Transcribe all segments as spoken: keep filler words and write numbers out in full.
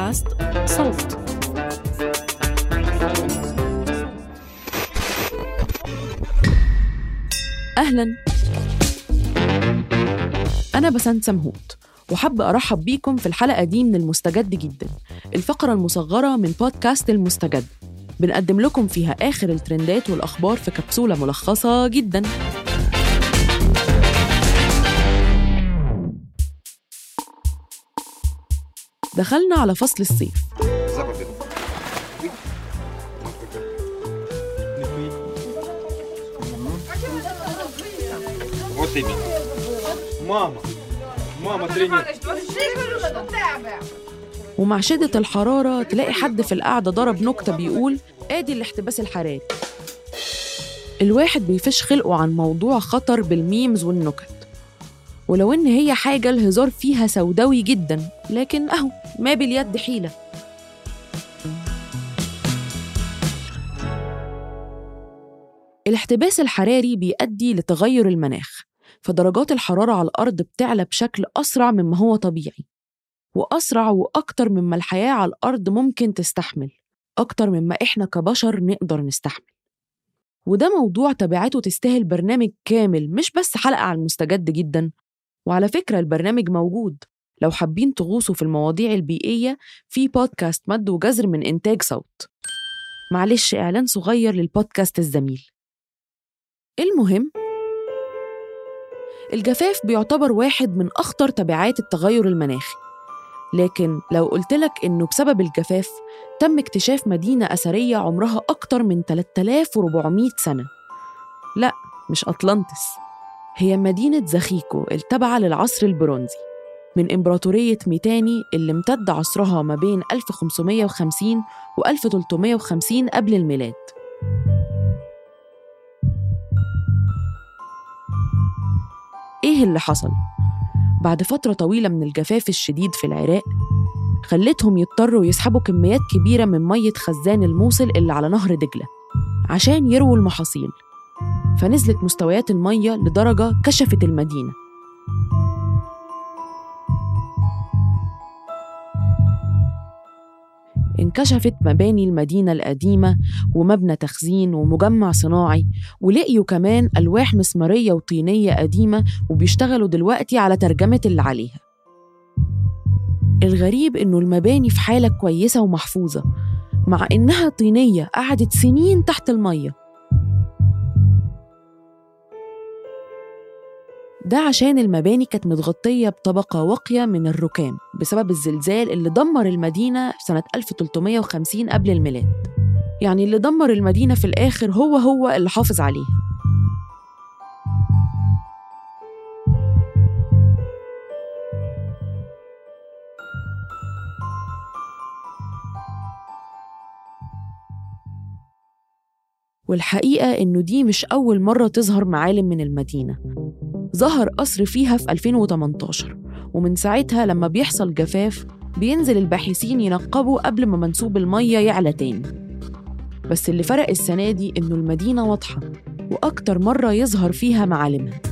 بودكاست صوت. أهلاً، أنا بسنت سمهوت وحابة أرحب بيكم في الحلقة دي من المستجد جداً، الفقرة المصغرة من بودكاست المستجد. بنقدم لكم فيها آخر الترندات والأخبار في كبسولة ملخصة جداً. دخلنا على فصل الصيف. ومع شدة الحرارة تلاقي حد في القعدة ضرب نكتة بيقول آدي الاحتباس الحراري. الواحد بيفش خلقه عن موضوع خطر بالميمز والنكت، ولو إن هي حاجة الهزار فيها سوداوي جداً، لكن أهو ما باليد حيلة. الاحتباس الحراري بيؤدي لتغير المناخ، فدرجات الحرارة على الأرض بتعلى بشكل أسرع مما هو طبيعي، وأسرع وأكتر مما الحياة على الأرض ممكن تستحمل، أكتر مما إحنا كبشر نقدر نستحمل. وده موضوع تبعته تستاهل برنامج كامل، مش بس حلقة على المستجد جداً. وعلى فكرة البرنامج موجود لو حابين تغوصوا في المواضيع البيئية في بودكاست مد وجزر من إنتاج صوت. معلش إعلان صغير للبودكاست الزميل. المهم، الجفاف بيعتبر واحد من أخطر تبعات التغير المناخي، لكن لو قلتلك إنه بسبب الجفاف تم اكتشاف مدينة أثرية عمرها أكتر من ثلاثة آلاف وأربعمائة سنة، لا مش أطلانتس، هي مدينة زخيكو التابعة للعصر البرونزي من إمبراطورية ميتاني اللي امتد عصرها ما بين ألف وخمسمائة وخمسين و ألف وثلاثمائة وخمسين قبل الميلاد. إيه اللي حصل؟ بعد فترة طويلة من الجفاف الشديد في العراق خلتهم يضطروا يسحبوا كميات كبيرة من مية خزان الموصل اللي على نهر دجلة عشان يرووا المحاصيل، فنزلت مستويات المية لدرجة كشفت المدينة. انكشفت مباني المدينة القديمة ومبنى تخزين ومجمع صناعي، ولقيوا كمان ألواح مسمارية وطينية قديمة وبيشتغلوا دلوقتي على ترجمة اللي عليها. الغريب إنه المباني في حالة كويسة ومحفوظة مع إنها طينية قعدت سنين تحت المية. ده عشان المباني كانت متغطية بطبقة واقية من الركام بسبب الزلزال اللي دمر المدينة في سنة ألف وثلاثمائة وخمسين قبل الميلاد. يعني اللي دمر المدينة في الآخر هو هو اللي حافظ عليها. والحقيقة إنه دي مش أول مرة تظهر معالم من المدينة. ظهر قصر فيها في ألفين وثمانية عشر، ومن ساعتها لما بيحصل جفاف بينزل الباحثين ينقبوا قبل ما منسوب المية يعلى تاني. بس اللي فرق السنة دي إنه المدينة واضحة وأكتر مرة يظهر فيها معالمها.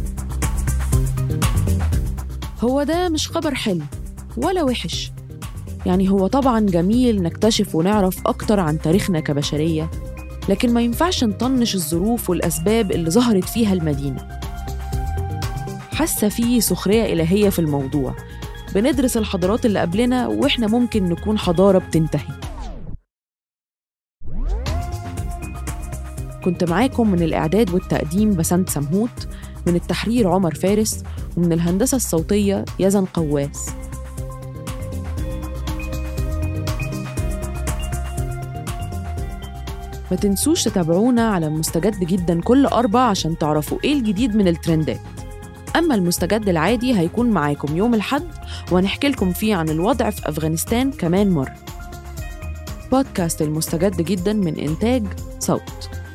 هو ده مش خبر حلو ولا وحش، يعني هو طبعاً جميل نكتشف ونعرف أكتر عن تاريخنا كبشرية، لكن ما ينفعش نطنش الظروف والأسباب اللي ظهرت فيها المدينة. حاسة فيه سخرية إلهية في الموضوع، بندرس الحضارات اللي قبلنا وإحنا ممكن نكون حضارة بتنتهي. كنت معاكم من الإعداد والتقديم بسنت سمهوت، من التحرير عمر فارس، ومن الهندسة الصوتية يزن قواس. ما تنسوش تتابعونا على المستجد جداً كل أربع عشان تعرفوا إيه الجديد من الترندات. أما المستجد العادي هيكون معاكم يوم الأحد، وهنحكي لكم فيه عن الوضع في أفغانستان كمان مرة. بودكاست المستجد جداً من إنتاج صوت.